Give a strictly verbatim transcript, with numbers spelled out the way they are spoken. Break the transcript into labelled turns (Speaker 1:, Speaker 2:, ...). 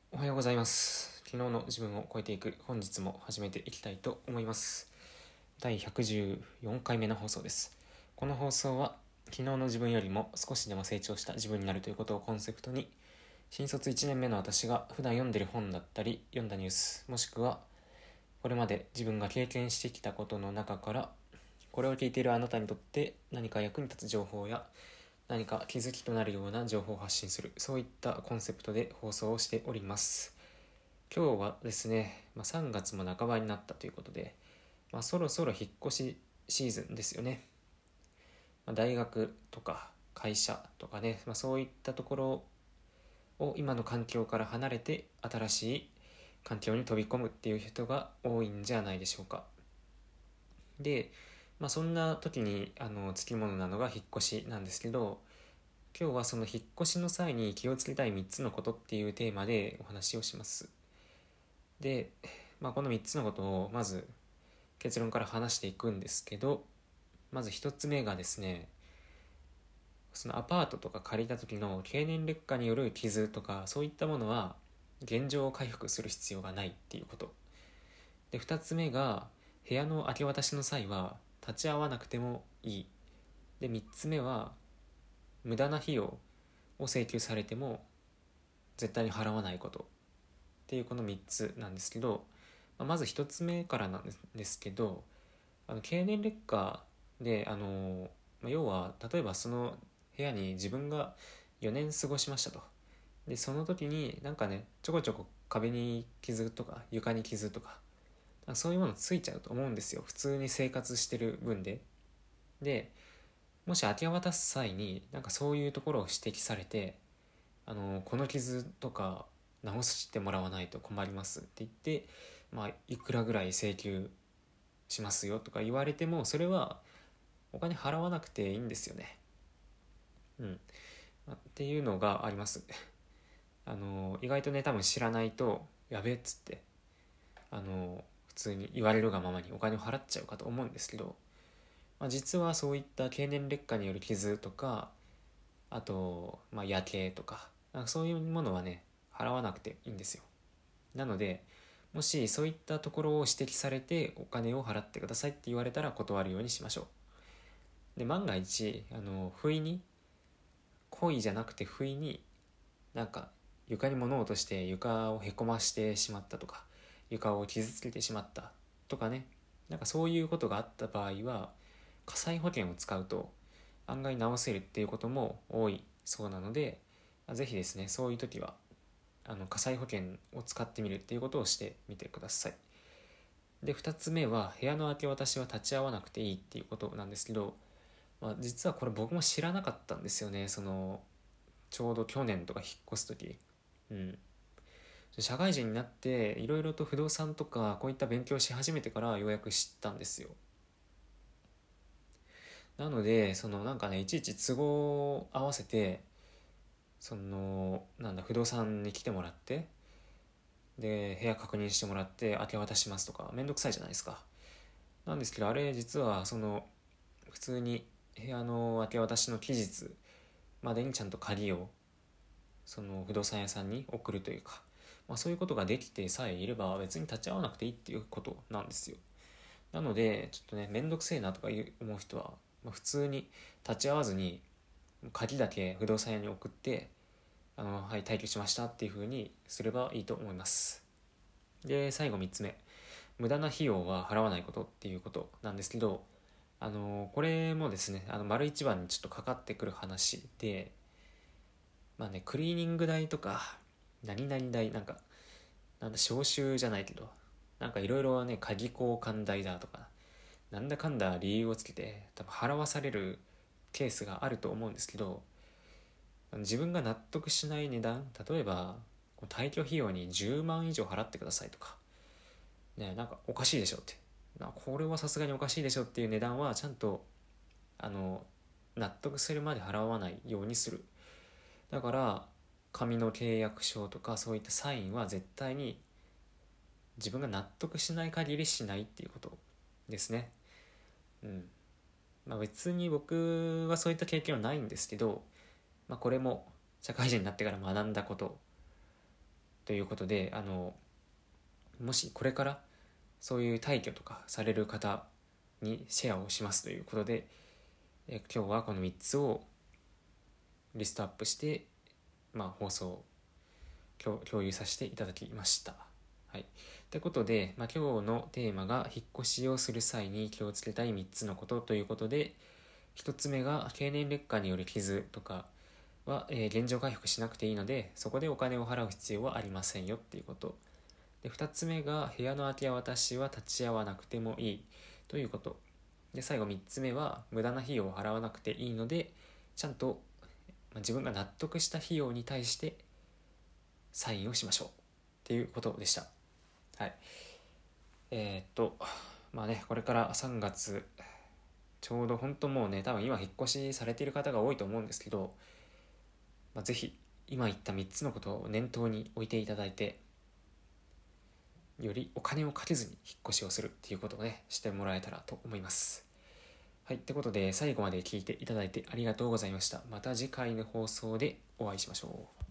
Speaker 1: おはようございます。昨日の自分を超えていく本日も始めていきたいと思います。だいひゃくじゅうよんかいめの放送です。この放送は昨日の自分よりも少しでも成長した自分になるということをコンセプトに、新卒いちねんめの私が普段読んでる本だったり読んだニュース、もしくはこれまで自分が経験してきたことの中から、これを聞いているあなたにとって何か役に立つ情報や何か気づきとなるような情報を発信する、そういったコンセプトで放送をしております。今日はですね、まあ、さんがつも半ばになったということで、まあ、そろそろ引っ越しシーズンですよね。まあ、大学とか会社とかね、まあ、そういったところを今の環境から離れて新しい環境に飛び込むっていう人が多いんじゃないでしょうか。で、まあ、そんな時にあのつきものなのが引っ越しなんですけど、今日はその引っ越しの際に気をつけたいみっつのことっていうテーマでお話をします。で、まあ、このみっつのことをまず結論から話していくんですけど、まずひとつめがですね、そのアパートとか借りた時の経年劣化による傷とかそういったものは現状を回復する必要がないっていうこと。で、ふたつめが部屋の明け渡しの際は立ち会わなくてもいい。で、みっつめは無駄な費用を請求されても絶対に払わないことっていうこのみっつなんですけど、まずひとつめからなんですけど、あの経年劣化で、あの要は例えばその部屋に自分がよねん過ごしましたと。でその時になんかね、ちょこちょこ壁に傷とか床に傷とかそういうものついちゃうと思うんですよ、普通に生活してる分で。でもし明け渡す際になんかそういうところを指摘されて、あのこの傷とか直してもらわないと困りますって言って、まあ、いくらぐらい請求しますよとか言われても、それはお金払わなくていいんですよね。うん。っていうのがあります。あの意外とね、多分知らないとやべえっつって、あの普通に言われるがままにお金を払っちゃうかと思うんですけど、まあ、実はそういった経年劣化による傷とか、あと、まあ、夜景とか、なんかそういうものはね、払わなくていいんですよ。なので、もしそういったところを指摘されてお金を払ってくださいって言われたら断るようにしましょう。で、万が一、あの、不意に、故意じゃなくて不意に、なんか床に物を落として床をへこましてしまったとか、床を傷つけてしまったとかね、なんかそういうことがあった場合は、火災保険を使うと案外直せるっていうことも多いそうなので、ぜひですね、そういう時はあの火災保険を使ってみるっていうことをしてみてください。で、ふたつめは部屋の明け渡しは立ち会わなくていいっていうことなんですけど、まあ、実はこれ僕も知らなかったんですよね。そのちょうど去年とか引っ越す時、うん社会人になっていろいろと不動産とかこういった勉強し始めてからようやく知ったんですよ。なのでそのなんかね、いちいち都合を合わせて、そのなんだ不動産に来てもらって、で部屋確認してもらって明け渡しますとかめんどくさいじゃないですか。なんですけど、あれ実はその普通に部屋の明け渡しの期日までにちゃんと鍵をその不動産屋さんに送るというか、まあ、そういうことができてさえいれば別に立ち会わなくていいっていうことなんですよ。なのでちょっとね、めんどくせえなとか思う人は、まあ、普通に立ち会わずに鍵だけ不動産屋に送って、あのはい退去しましたっていう風にすればいいと思います。で、最後みっつめ、無駄な費用は払わないことっていうことなんですけど、あのこれもですね、あの丸一番にちょっとかかってくる話で、まあね、クリーニング代とか何々代、なんかなんだ招集じゃないけど、なんかいろいろね、鍵交換代だとかなんだかんだ理由をつけて多分払わされるケースがあると思うんですけど、自分が納得しない値段、例えば退去費用にじゅうまん以上払ってくださいとかね、なんかおかしいでしょって、なこれはさすがにおかしいでしょっていう値段はちゃんとあの納得するまで払わないようにする。だから紙の契約書とかそういったサインは絶対に自分が納得しない限りしないっていうことですね。うんまあ、別に僕はそういった経験はないんですけど、まあ、これも社会人になってから学んだことということで、あのもしこれからそういう退去とかされる方にシェアをしますということで、え今日はこのみっつをリストアップして、まあ、放送共有させていただきました。はい。ということで、まあ、今日のテーマが引っ越しをする際に気をつけたいみっつのことということで、ひとつめが経年劣化による傷とかは、えー、現状回復しなくていいので、そこでお金を払う必要はありませんよっていうこと。で、ふたつめが部屋の明け渡しは立ち会わなくてもいいということ。で、最後みっつめは無駄な費用を払わなくていいので、ちゃんと自分が納得した費用に対してサインをしましょうっていうことでした。はい。えー、っと、まあね、これからさんがつ、ちょうど本当もうね、多分今引っ越しされている方が多いと思うんですけど、まあ、ぜひ今言ったみっつのことを念頭に置いていただいて、よりお金をかけずに引っ越しをするっていうことをね、してもらえたらと思います。はい、ってことで最後まで聞いていただいてありがとうございました。また次回の放送でお会いしましょう。